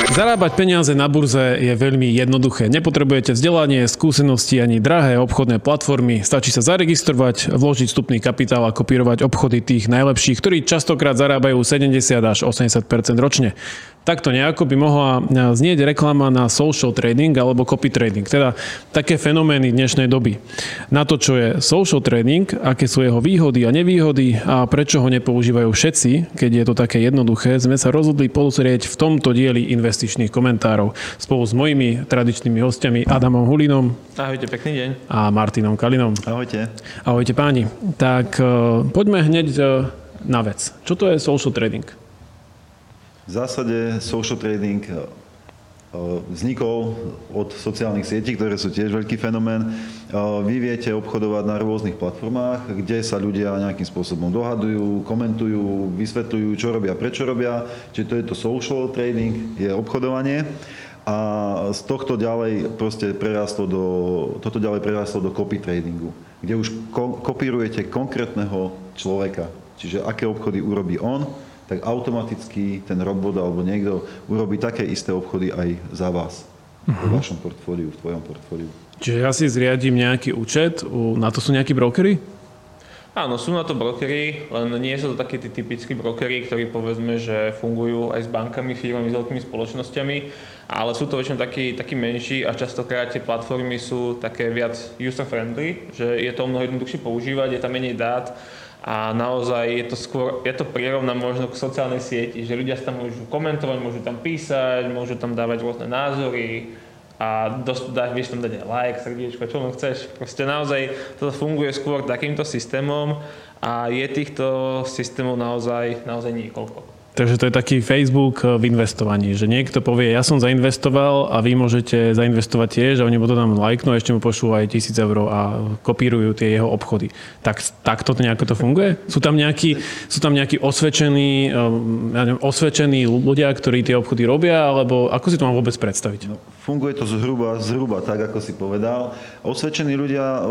Zarábať peniaze na burze je veľmi jednoduché. Nepotrebujete vzdelanie, skúsenosti ani drahé obchodné platformy. Stačí sa zaregistrovať, vložiť vstupný kapitál a kopírovať obchody tých najlepších, ktorí častokrát zarábajú 70 až 80% ročne. Takto nejako by mohla znieť reklama na social trading alebo copy trading, teda také fenomény dnešnej doby. Na to, čo je social trading, aké sú jeho výhody a nevýhody a prečo ho nepoužívajú všetci, keď je to také jednoduché, sme sa rozhodli pozrieť v tomto dieli investičných komentárov spolu s mojimi tradičnými hostiami Adamom Hulinom. Ahojte, pekný deň. A Martinom Kalinom. Ahojte. Ahojte páni. Tak poďme hneď na vec. Čo to je social trading? V zásade social trading vznikol od sociálnych sietí, ktoré sú tiež veľký fenomén. Vy viete obchodovať na rôznych platformách, kde sa ľudia nejakým spôsobom dohadujú, komentujú, vysvetľujú, čo robia, prečo robia. Čiže to je to social trading, je obchodovanie. A z tohto ďalej toto ďalej prerastlo do copy tradingu, kde už kopírujete konkrétneho človeka. Čiže aké obchody urobí on, tak automaticky ten robot alebo niekto urobí také isté obchody aj za vás vo vašom portfóliu, v tvojom portfóliu. Čiže ja si zriadím nejaký účet, na to sú nejakí brokery? Áno, sú na to brokery, len nie sú to takí tí typickí brokery, ktorí povedzme, že fungujú aj s bankami, firmami, s veľkými spoločnosťami, ale sú to väčšinou takí menší a častokrát tie platformy sú také viac user-friendly, že je to mnoho jednoduchšie používať, je tam menej dát. A naozaj je to prirovná možno k sociálnej sieti, že ľudia sa tam môžu komentovať, môžu tam písať, môžu tam dávať rôzne názory a vieš tam dať aj like, srdiečko, čo len chceš. Proste naozaj toto funguje skôr takýmto systémom a je týchto systémov naozaj niekoľko. Takže to je taký Facebook v investovaní, že niekto povie, ja som zainvestoval a vy môžete zainvestovať tiež a oni budú tam lajknú a ešte mu pošlú aj 1000 eur a kopírujú tie jeho obchody. Tak to nejako to funguje? Sú tam nejakí osvedčení ľudia, ktorí tie obchody robia, alebo ako si to mám vôbec predstaviť? No, funguje to zhruba tak, ako si povedal. Osvedčení ľudia,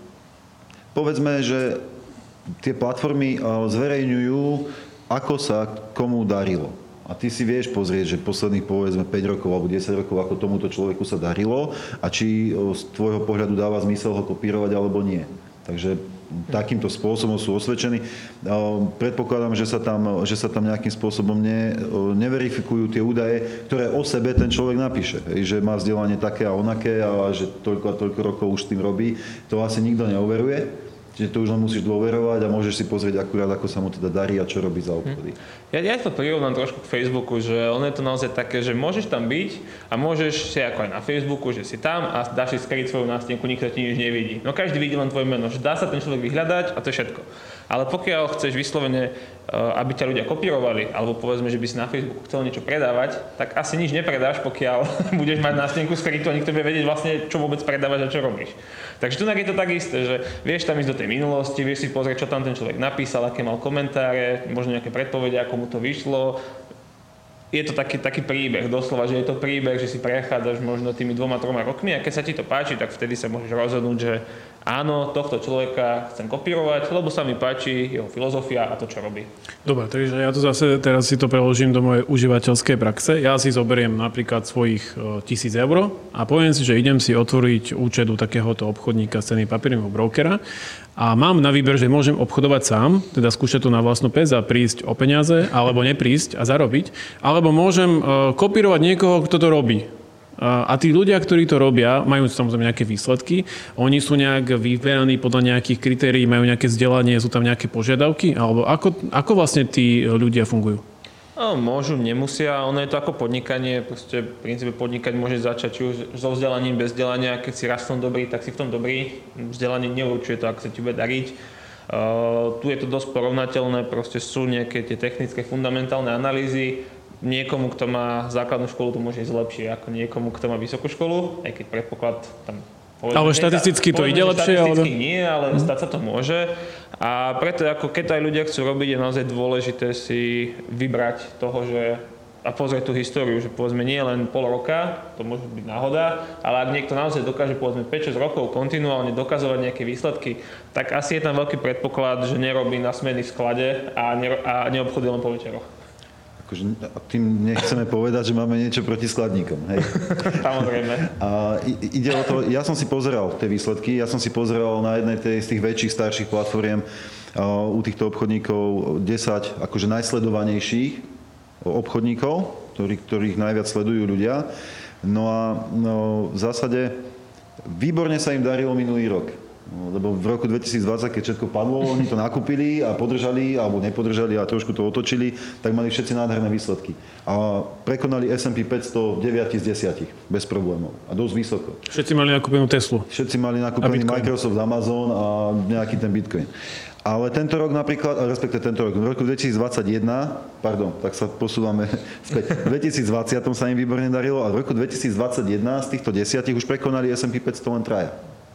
povedzme, že tie platformy zverejňujú, ako sa komu darilo. A ty si vieš pozrieť, že posledných povedzme 5 rokov alebo 10 rokov, ako tomuto človeku sa darilo a či z tvojho pohľadu dáva zmysel ho kopírovať alebo nie. Takže takýmto spôsobom sú osvedčení. Predpokladám, že sa tam nejakým spôsobom neverifikujú tie údaje, ktoré o sebe ten človek napíše. Že má vzdelanie také a onaké a že toľko a toľko rokov už s tým robí. To asi nikto neoveruje. Čiže to už len musíš dôverovať a môžeš si pozrieť akurát, ako sa mu teda darí a čo robí za obchody. Ja to prirovnám trošku k Facebooku, že ono je to naozaj také, že môžeš tam byť a môžeš si ako aj na Facebooku, že si tam a dáš si skryť svoju nástenku, nikto ti nič nevidí. No každý vidí len tvoje meno, že dá sa ten človek vyhľadať a to je všetko. Ale pokiaľ chceš vyslovene, aby ťa ľudia kopírovali, alebo povedzme, že by si na Facebooku chcel niečo predávať, tak asi nič nepredáš, pokiaľ budeš mať nástenku skrytú a nikto bude vedieť vlastne, čo vôbec predávaš a čo robíš. Takže tu je to tak isté, že vieš tam ísť do tej minulosti, vieš si pozrieť, čo tam ten človek napísal, aké mal komentáre, možno nejaké predpovede, ako mu to vyšlo. Je to taký príbeh, doslova, že je to príbeh, že si prechádzaš možno tými 2-3 rokmi a keď sa ti to páči, tak vtedy sa môžeš rozhodnúť, že áno, tohto človeka chcem kopírovať, lebo sa mi páči jeho filozofia a to, čo robí. Dobre, takže ja to zase teraz si to preložím do mojej užívateľskej praxe. Ja si zoberiem napríklad svojich 1000 eur a poviem si, že idem si otvoriť účet u takéhoto obchodníka s cennými papiermi, brokera a mám na výber, že môžem obchodovať sám, teda skúšať to na vlastnú pes a prísť o peniaze, alebo neprísť a zarobiť, alebo môžem kopírovať niekoho, kto to robí. A tí ľudia, ktorí to robia, majú samozrejme nejaké výsledky, oni sú nejak vyberaní podľa nejakých kritérií, majú nejaké vzdelanie, sú tam nejaké požiadavky, alebo ako vlastne tí ľudia fungujú? No, môžu, nemusia, ono je to ako podnikanie, proste v princípe podnikať môžeš začať či už so vzdelaním, bez vzdelania, keď si raz v tom dobrý, tak si v tom dobrý, vzdelanie neurčuje to, ako sa ti bude dariť. Tu je to dosť porovnateľné, proste sú nejaké tie technické fundamentálne analýzy. Niekomu, kto má základnú školu, to môže ísť lepšie ako niekomu, kto má vysokú školu, aj keď predpoklad tam... Ale štatisticky to ide lepšie? Štatisticky nie, ale stať sa to môže. A preto, ako keď aj ľudia chcú robiť, je naozaj dôležité si vybrať toho, že a pozrieť tú históriu, že povedzme nie len pol roka, to môže byť náhoda, ale ak niekto naozaj dokáže povedzme 5-6 rokov kontinuálne dokazovať nejaké výsledky, tak asi je tam veľký predpoklad, že nerobí na smenný v sklade a neobchodí len po večeroch. akože tým nechceme povedať, že máme niečo proti skladníkom. Hej. Samozrejme. A ide o to, ja som si pozeral tie výsledky, ja som si pozeral na jednej z tých väčších, starších platformiem u týchto obchodníkov 10 akože najsledovanejších obchodníkov, ktorých najviac sledujú ľudia. No a v zásade výborne sa im darilo minulý rok. Lebo v roku 2020, keď všetko padlo, oni to nakúpili a podržali, alebo nepodržali a trošku to otočili, tak mali všetci nádherné výsledky. A prekonali S&P 500 9 z 10, bez problémov. A dosť vysoko. Všetci mali nakúpenú Teslu. Všetci mali nakúpený Microsoft, Amazon a nejaký ten Bitcoin. Ale tento rok napríklad, respektive tento rok, v roku 2021, tak sa posúvame späť, v 2020 sa im výborne darilo a v roku 2021 z týchto 10 už prekonali S&P 500 len traja.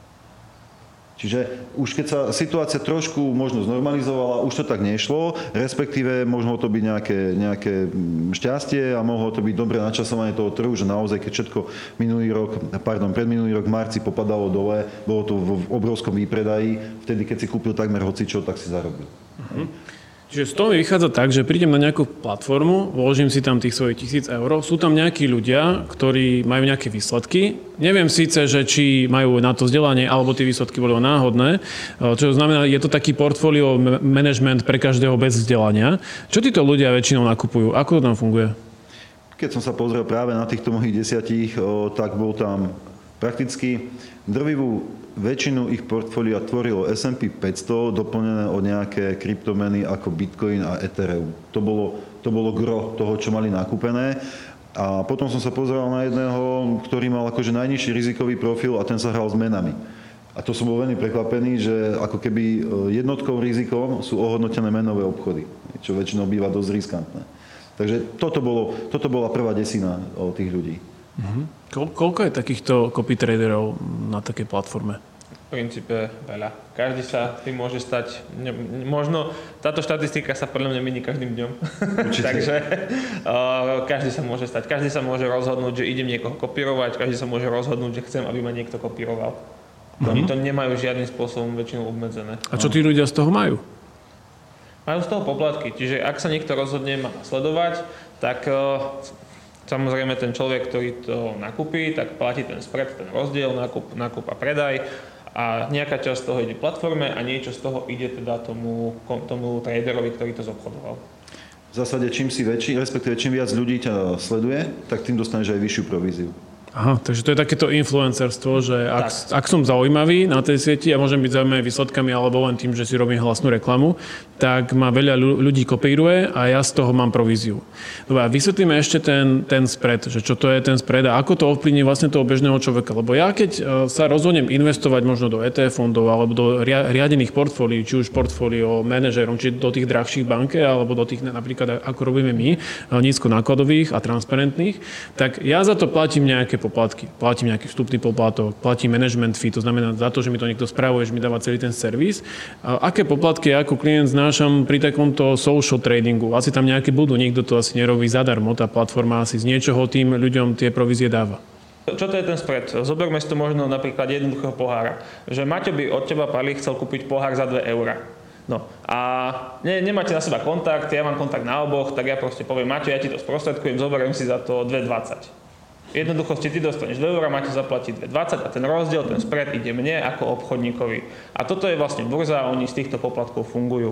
Čiže už keď sa situácia trošku možno znormalizovala, už to tak nešlo, respektíve mohlo to byť nejaké šťastie a mohlo to byť dobré načasovanie toho trhu, že naozaj keď všetko predminulý rok v marci popadalo dole, bolo to v obrovskom výpredaji, vtedy keď si kúpil takmer hocičo, tak si zarobil. Čiže z toho mi vychádza tak, že prídem na nejakú platformu, vložím si tam tých svojich 1000 eur, sú tam nejakí ľudia, ktorí majú nejaké výsledky. Neviem síce, že či majú na to vzdelanie, alebo tie výsledky boli náhodné, čo znamená, je to taký portfólio management pre každého bez vzdelania. Čo títo ľudia väčšinou nakupujú? Ako to tam funguje? Keď som sa pozrel práve na týchto mojich 10, tak bol tam prakticky drvivú väčšinu ich portfólia tvorilo S&P 500, doplnené o nejaké kryptomeny ako Bitcoin a Ethereum. To bolo gro toho, čo mali nakúpené. A potom som sa pozeral na jedného, ktorý mal akože najnižší rizikový profil a ten sa hral s menami. A to som bol veľmi prekvapený, že ako keby jednotkou rizikom sú ohodnotené menové obchody, čo väčšinou býva dosť riskantné. Takže toto bola prvá desina tých ľudí. Koľko je takýchto copy traderov na takej platforme? V princípe veľa. Každý sa tým môže stať. Možno táto štatistika sa podľa mňa mení každým dňom. Takže každý sa môže stať. Každý sa môže rozhodnúť, že idem niekoho kopírovať. Každý sa môže rozhodnúť, že chcem, aby ma niekto kopíroval. Oni to nemajú žiadnym spôsobom väčšinou obmedzené. A čo tí ľudia z toho majú? Majú z toho poplatky. Čiže ak sa niekto rozhodne ma sledovať, tak samozrejme ten človek, ktorý to nakúpi, tak platí ten spread, ten rozdiel, nákup a predaj a nejaká časť z toho ide platforme a niečo z toho ide teda tomu traderovi, ktorý to zobchodoval. V zásade čím si väčší, respektíve čím viac ľudí ťa sleduje, tak tým dostaneš aj vyššiu províziu. Aha, takže to je takéto influencerstvo, že ak som zaujímavý na tej sieti a môžem byť zaujímavý výsledkami alebo len tým, že si robím hlasnú reklamu, tak ma veľa ľudí kopíruje a ja z toho mám províziu. Dobre, vysvetlíme ešte ten spread, že čo to je ten spread a ako to ovplyvní vlastne toho bežného človeka. Lebo ja keď sa rozhodnem investovať možno do ETF fondov alebo do riadených portfólií, či už portfólio manažerom, či do tých drahších bank alebo do tých napríklad ako robíme my, nízkonákladových a transparentných, tak ja za to platím nejaké poplatky. Platím nejaký vstupný poplatok, platím management fee, to znamená za to, že mi to niekto spravuje, že mi dáva celý ten servis. Aké poplatky ja ako klient znášam pri takomto social tradingu? Asi tam nejaké budú, nikto to asi nerobí zadarmo, tá platforma asi z niečoho tým ľuďom tie provízie dáva. Čo to je ten spread? Zoberme si to možno napríklad jednoduchého pohára. Že Maťo by od teba, Pali, chcel kúpiť pohár za 2 eurá. No a nemáte na seba kontakt, ja mám kontakt na oboch, tak ja proste poviem, Maťo, ja ti to sprostredkujem, zoberiem si za to 2,20. Jednoducho ty dostaneš 2 eurá, máte zaplatiť 2,20 a ten rozdiel, ten spread ide mne ako obchodníkovi. A toto je vlastne burza, oni z týchto poplatkov fungujú.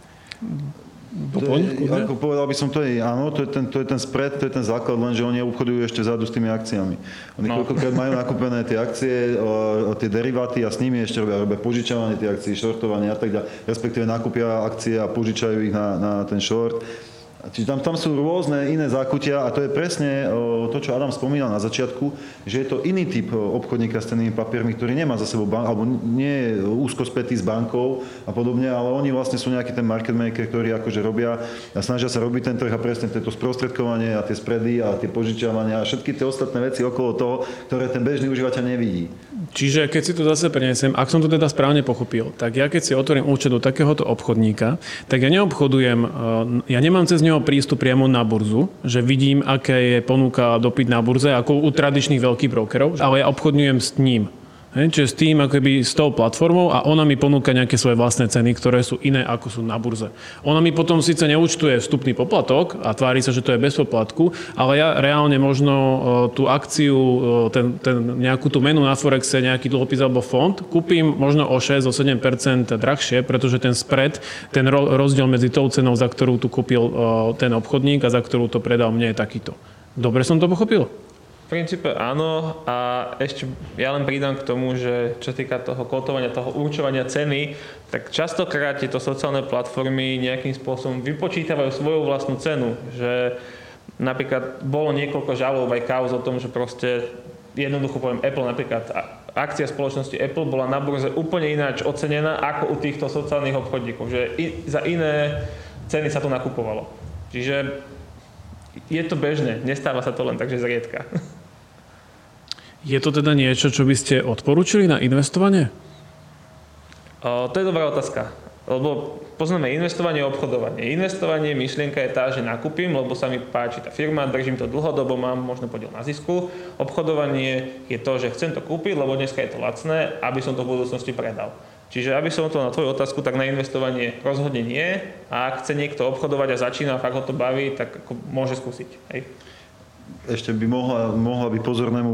Ako povedal by som, áno, to je ten spread, to je ten základ, lenže oni obchodujú ešte vzadu s tými akciami. Oni koľkokrát majú nakúpené tie akcie, tie deriváty a s nimi ešte robia požičavanie tie akcie, shortovanie a tak ďalej, respektíve nakúpia akcie a požičajú ich na ten short. Čiže tam sú rôzne iné zákutia a to je presne to, čo Adam spomínal na začiatku, že je to iný typ obchodníka s cennými papiermi, ktorý nemá za sebou alebo nie je úzko spätý s bankou a podobne, ale oni vlastne sú nejaký ten market maker, ktorí akože robia a snažia sa robiť ten trh a presne to sprostredkovanie a tie spready a tie požičiavania a všetky tie ostatné veci okolo toho, ktoré ten bežný užívateľ nevidí. Čiže keď si to zase preniesem, ak som to teda správne pochopil, tak ja keď si otvorím účet do takéhoto obchodníka, tak ja neobchodujem, ja nemám cez neho prístup priamo na burzu, že vidím, aké je ponuka a dopyt na burze, ako u tradičných veľkých brokerov, ale ja obchodňujem s ním. Čiže s tým, akoby s tou platformou a ona mi ponúka nejaké svoje vlastné ceny, ktoré sú iné, ako sú na burze. Ona mi potom síce neúčtuje vstupný poplatok a tvári sa, že to je bez poplatku, ale ja reálne možno tú akciu, nejakú tú menu na Forexe, nejaký dlhopis alebo fond, kúpim možno o 6-7% drahšie, pretože ten spread, ten rozdiel medzi tou cenou, za ktorú tu kúpil ten obchodník a za ktorú to predal mne je takýto. Dobre som to pochopil? V princípe áno a ešte ja len pridám k tomu, že čo týka toho kotovania, toho určovania ceny, tak častokrát tieto sociálne platformy nejakým spôsobom vypočítavajú svoju vlastnú cenu, že napríklad bolo niekoľko žalov aj kauz o tom, že proste jednoducho poviem Apple napríklad, akcia spoločnosti Apple bola na burze úplne ináč ocenená ako u týchto sociálnych obchodníkov, že za iné ceny sa to nakupovalo. Čiže je to bežné, nestáva sa to len tak, že zriedka. Je to teda niečo, čo by ste odporúčili na investovanie? To je dobrá otázka, lebo poznáme investovanie a obchodovanie. Investovanie, myšlienka je tá, že nakúpim, lebo sa mi páči tá firma, držím to dlhodobo, mám možno podiel na zisku. Obchodovanie je to, že chcem to kúpiť, lebo dneska je to lacné, aby som to v budúcnosti predal. Čiže aby som to na tvoju otázku, tak na investovanie rozhodne nie. A ak chce niekto obchodovať a začína a fakt ho to baví, tak ako môže skúsiť. Hej. Ešte by mohla byť pozornému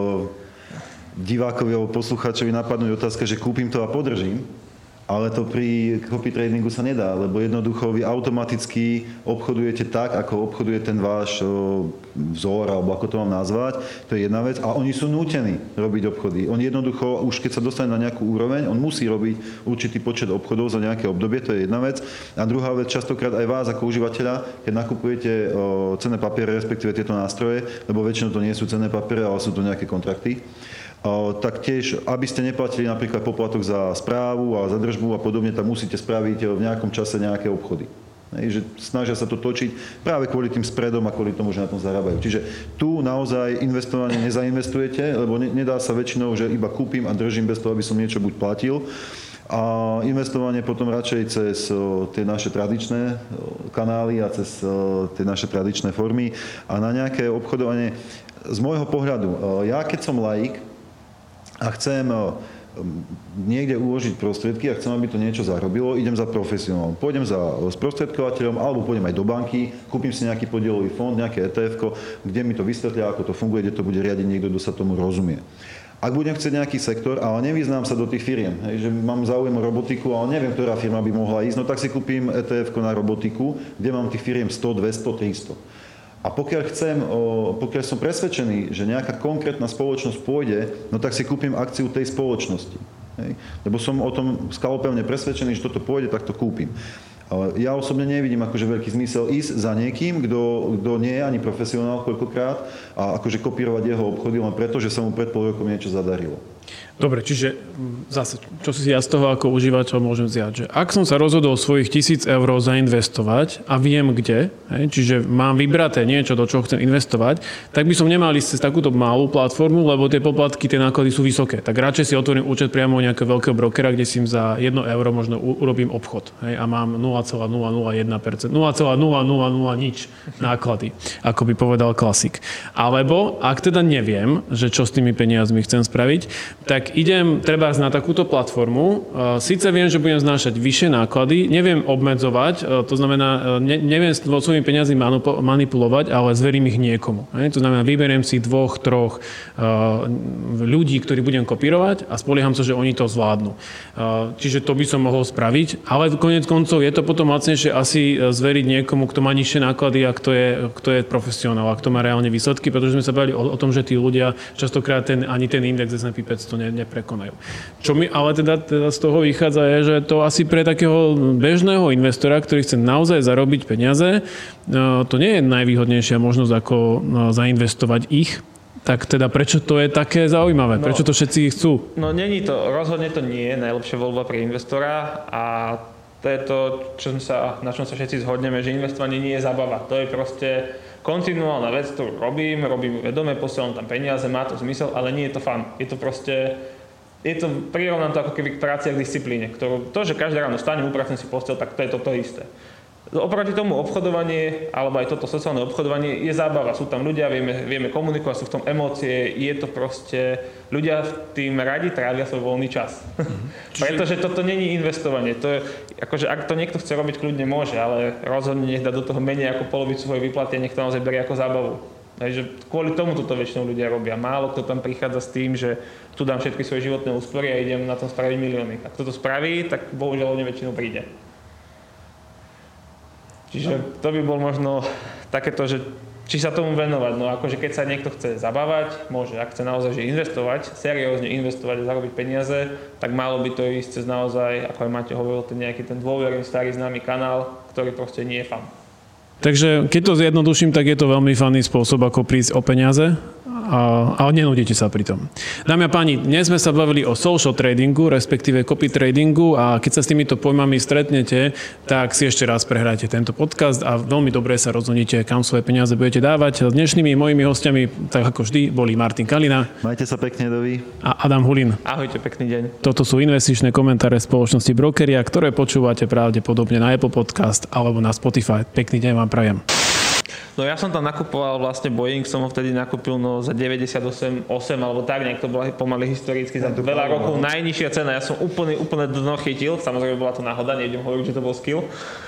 divákovi alebo poslucháčovi napadnúť otázka, že kúpim to a podržím, ale to pri copy tradingu sa nedá, lebo jednoducho vy automaticky obchodujete tak, ako obchoduje ten váš vzor, alebo ako to mám nazvať, to je jedna vec, a oni sú nútení robiť obchody. On jednoducho, už keď sa dostane na nejakú úroveň, on musí robiť určitý počet obchodov za nejaké obdobie, to je jedna vec. A druhá vec, častokrát aj vás ako užívateľa, keď nakupujete cenné papiere, respektíve tieto nástroje, lebo väčšinou to nie sú cenné papiere, ale sú to nejaké kontrakty, tak tiež, aby ste neplatili napríklad poplatok za správu a za držbu a podobne, tak musíte spraviť v nejakom čase nejaké obchody. Že snažia sa to točiť práve kvôli tým spreadom a kvôli tomu, že na tom zarábajú. Čiže tu naozaj investovanie nezainvestujete, lebo nedá sa väčšinou, že iba kúpim a držím bez toho, aby som niečo buď platil. A investovanie potom radšej cez tie naše tradičné kanály a cez tie naše tradičné formy a na nejaké obchodovanie. Z môjho pohľadu, ja keď som laik, a chcem niekde uložiť prostriedky a chcem, aby to niečo zarobilo, idem za profesionálom. Pôjdem za sprostredkovateľom alebo pôjdem aj do banky, kúpim si nejaký podielový fond, nejaké ETF-ko, kde mi to vysvetlia, ako to funguje, kde to bude riadiť niekto, kto sa tomu rozumie. Ak budem chcieť nejaký sektor, ale nevyznám sa do tých firiem, že mám záujem o robotiku, ale neviem, ktorá firma by mohla ísť, no tak si kúpim ETF-ko na robotiku, kde mám tých firiem 100, 200, 300. A pokiaľ som presvedčený, že nejaká konkrétna spoločnosť pôjde, no tak si kúpim akciu tej spoločnosti. Hej? Lebo som o tom skalopevne presvedčený, že toto pôjde, tak to kúpim. Ale ja osobne nevidím akože veľký zmysel ísť za niekým, kto nie je ani profesionál koľkokrát a akože kopírovať jeho obchody len preto, že sa mu pred pol rokom niečo zadarilo. Dobre, čiže zase, čo si ja z toho ako užívateľ môžem vziať, že ak som sa rozhodol svojich 1000 eur zainvestovať a viem kde, čiže mám vybraté niečo, do čoho chcem investovať, tak by som nemal ísť cez takúto malú platformu, lebo tie poplatky, tie náklady sú vysoké. Tak radšej si otvorím účet priamo nejakého veľkého brokera, kde si im za 1 euro možno urobím obchod a mám 0,001%, 0,0000 nič náklady, ako by povedal klasik. Alebo, ak teda neviem, že čo s tými peniazmi chcem spraviť, tak idem trebárs na takúto platformu. Síce viem, že budem znášať vyššie náklady, neviem obmedzovať, to znamená, neviem svojimi peniazmi manipulovať, ale zverím ich niekomu. To znamená, vyberiem si 2-3 ľudí, ktorí budem kopírovať a spolieham sa, že oni to zvládnu. Čiže to by som mohol spraviť, ale koniec koncov je to potom lacnejšie asi zveriť niekomu, kto má nižšie náklady a kto je profesionál a kto má reálne výsledky, pretože sme sa bavili o tom, že tí ľudia častokrát ani ten index S&P 500 neprekonajú. Čo mi ale teda z toho vychádza je, že to asi pre takého bežného investora, ktorý chce naozaj zarobiť peniaze, to nie je najvýhodnejšia možnosť, ako zainvestovať ich. Tak teda prečo to je také zaujímavé? Prečo to všetci chcú? No není to, rozhodne to nie je najlepšia voľba pre investora a to je to, na čom sa všetci zhodneme, že investovanie nie je zábava. To je proste kontinuálna vec, ktorú robím vedome, posielam tam peniaze, má to zmysel, ale nie je to fun. Je to prirovnané to ako keby k práci a k disciplíne, to, že každé ráno vstanem, upracem si posteľ, tak to je toto isté. Oproti tomu obchodovanie, alebo aj toto sociálne obchodovanie je zábava. Sú tam ľudia, vieme komunikovať, sú v tom emócie, je to proste, ľudia tým radi trávia svoj voľný čas. Pretože toto není investovanie. To je, akože ak to niekto chce robiť, kľudne môže, ale rozhodne nech dá do toho menej ako polovicu svojej výplaty a nech to naozaj berie ako zábavu. Takže kvôli tomu toto väčšinou ľudia robia. Málo kto tam prichádza s tým, že tu dám všetky svoje životné úspory a idem na tom spraviť milióny. Ak to spraví, tak bohužiaľ väčšinou príde. Čiže to by bol možno takéto, že či sa tomu venovať. No akože keď sa niekto chce zabávať, môže. Ak chce naozaj že investovať, seriózne investovať a zarobiť peniaze, tak malo by to ísť cez naozaj, ako aj Maťo hovoril, ten nejaký ten dôverný, starý známy kanál, ktorý proste nie je fan. Takže keď to zjednoduším, tak je to veľmi fanný spôsob, ako prísť o peniaze a nenudíte sa pri tom. Dámy a páni, dnes sme sa bavili o social tradingu, respektíve copy tradingu a keď sa s týmito pojmami stretnete, tak si ešte raz prehrajte tento podcast a veľmi dobre sa rozhodnite, kam svoje peniaze budete dávať. Dnešnými mojimi hostiami, tak ako vždy, boli Martin Kalina. Majte sa pekne, dovi. A Adam Hulin. Ahojte, pekný deň. Toto sú investičné komentáre spoločnosti Brokeria, ktoré počúvate pravdepodobne na Apple Podcast alebo na Spotify. Pekný deň vám prajem. No ja som tam nakupoval vlastne Boeing, som ho vtedy nakúpil za 98 alebo tak, nejak to bolo pomaly historicky za veľa rokov najnižšia cena. Ja som úplne dno chytil, samozrejme bola to náhoda, nejdem hovoriť, že to bol skill.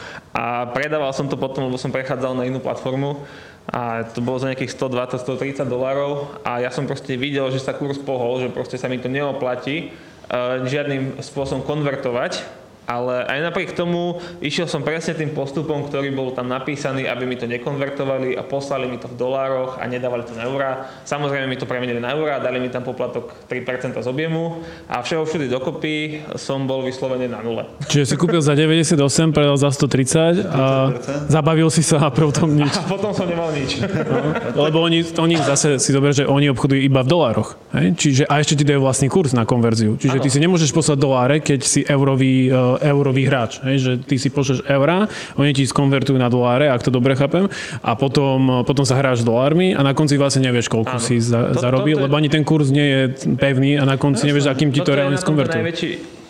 A predával som to potom, lebo som prechádzal na inú platformu a to bolo za nejakých $120-130 a ja som proste videl, že sa kurz pohol, že proste sa mi to neoplatí žiadnym spôsobom konvertovať. Ale aj napriek tomu išiel som presne tým postupom, ktorý bol tam napísaný, aby mi to nekonvertovali a poslali mi to v dolároch a nedávali to na eurá. Samozrejme mi to premenili na eurá, dali mi tam poplatok 3% z objemu a všudy dokopy som bol vyslovene na nule. Čiže si kúpil za 98, predal za 130 a zabavil si sa a potom nič. A potom som nemal nič. No, lebo oni zase si dobre, že oni obchodujú iba v dolároch. Hej? Čiže, a ešte ti dajú vlastný kurz na konverziu. Čiže ty si nemôžeš poslať doláre, keď si eurový hráč, hej, že ty si pošleš eurá, oni ti skonvertujú na doláre, ak to dobre chápem, a potom sa hráš dolármi a na konci vlastne nevieš, koľko si zarobil, lebo ani ten kurz nie je pevný a na konci nevieš, akým ti to reálne skonvertujú. To je najväčší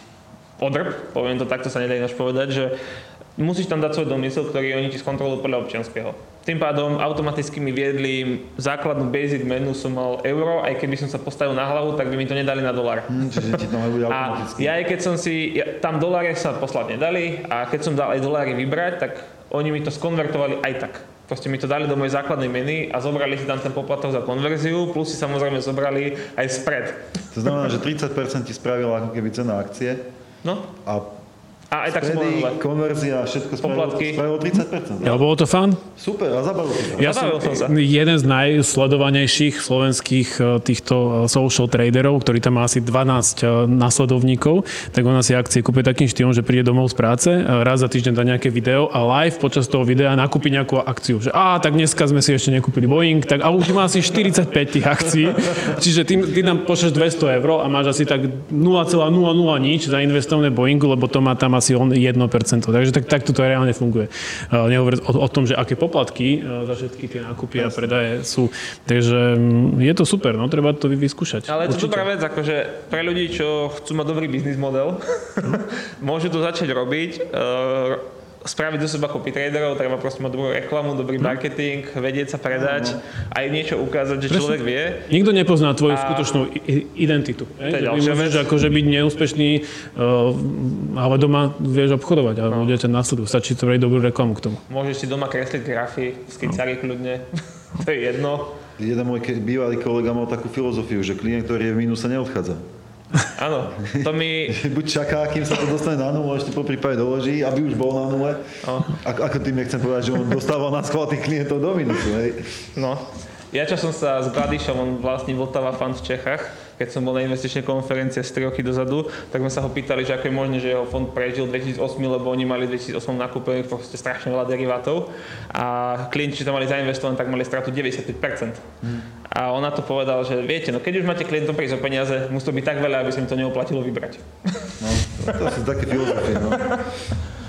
odrb, poviem to takto, sa nedá ináč povedať, že musíš tam dať svoj domysel, ktorý oni ti skontrolujú podľa občianskeho. Tým pádom automaticky mi viedli základnú basic menu, som mal euro, aj keby som sa postavil na hlavu, tak by mi to nedali na dolár. Čiže ti to bude automaticky. A ja aj keď som tam doláre sa poslať nedali a keď som dal aj doláry vybrať, tak oni mi to skonvertovali aj tak. Proste mi to dali do mojej základnej meny a zobrali si tam ten poplatok za konverziu, plus si samozrejme zobrali aj spread. To znamená, že 30% ti spravila ako keby cena akcie. No. A aj tak som bol konverzia, všetko spravilo 30%. Ja, bolo to fun? Super, a zabavil si sa. Ja som jeden z najsledovanejších slovenských týchto social traderov, ktorý tam má asi 12 nasledovníkov, tak on si akcie kúpe takým štýlom, že príde domov z práce, raz za týždeň dá nejaké video a live počas toho videa nakúpi nejakú akciu. Že tak dneska sme si ešte nekúpili Boeing, tak a už má asi 45 tých akcií. Čiže ty tam pošleš 200 € a máš asi tak 0,00 nič zainvestované Boeingu, lebo to má tam asi on 1%. Takže takto to reálne funguje. Nehovoriť o tom, že aké poplatky za všetky tie nákupy a predaje sú. Takže je to super, no treba to vyskúšať. Ale je to dobrá vec, akože pre ľudí, čo chcú mať dobrý biznis model, môžu to začať robiť. Spraviť do seba copy traderov, treba proste mať dobrú reklamu, dobrý marketing, vedieť sa predať, aj niečo ukázať, že človek vie. Nikto nepozná tvoju skutočnú identitu. Môžeš akože byť neúspešný, ale doma vieš obchodovať a ľudia ťa nasledujú. Stačí to brať dobrú reklamu k tomu. Môžeš si doma kresliť grafy, skicári kľudne, to je jedno. Jeden môj bývalý kolega mal takú filozofiu, že klient, ktorý je v mínuse, neodchádza. Áno, to mi... Buď čaká, kým sa to dostane na nulu, ešte po prípade doloží, aby už bol na nule. Ako tým nechcem povedať, že on dostával na schvál tých klientov do minusu, hej? No, ja čo som sa s Gladišom, on vlastní Vltava Fund v Čechách, keď som bol na investičnej konferencii 3 roky dozadu, tak sme sa ho pýtali, že ako je možné, že jeho fond prežil 2008, lebo oni mali 2008 nakúpených proste strašne veľa derivátov a klienti, čo tam mali zainvestované, tak mali stratu 95%. A on na to povedal, že viete, no keď už máte klientom prísť o peniaze, musí to byť tak veľa, aby sa im to neoplatilo vybrať. No, to sú také filozofie, no.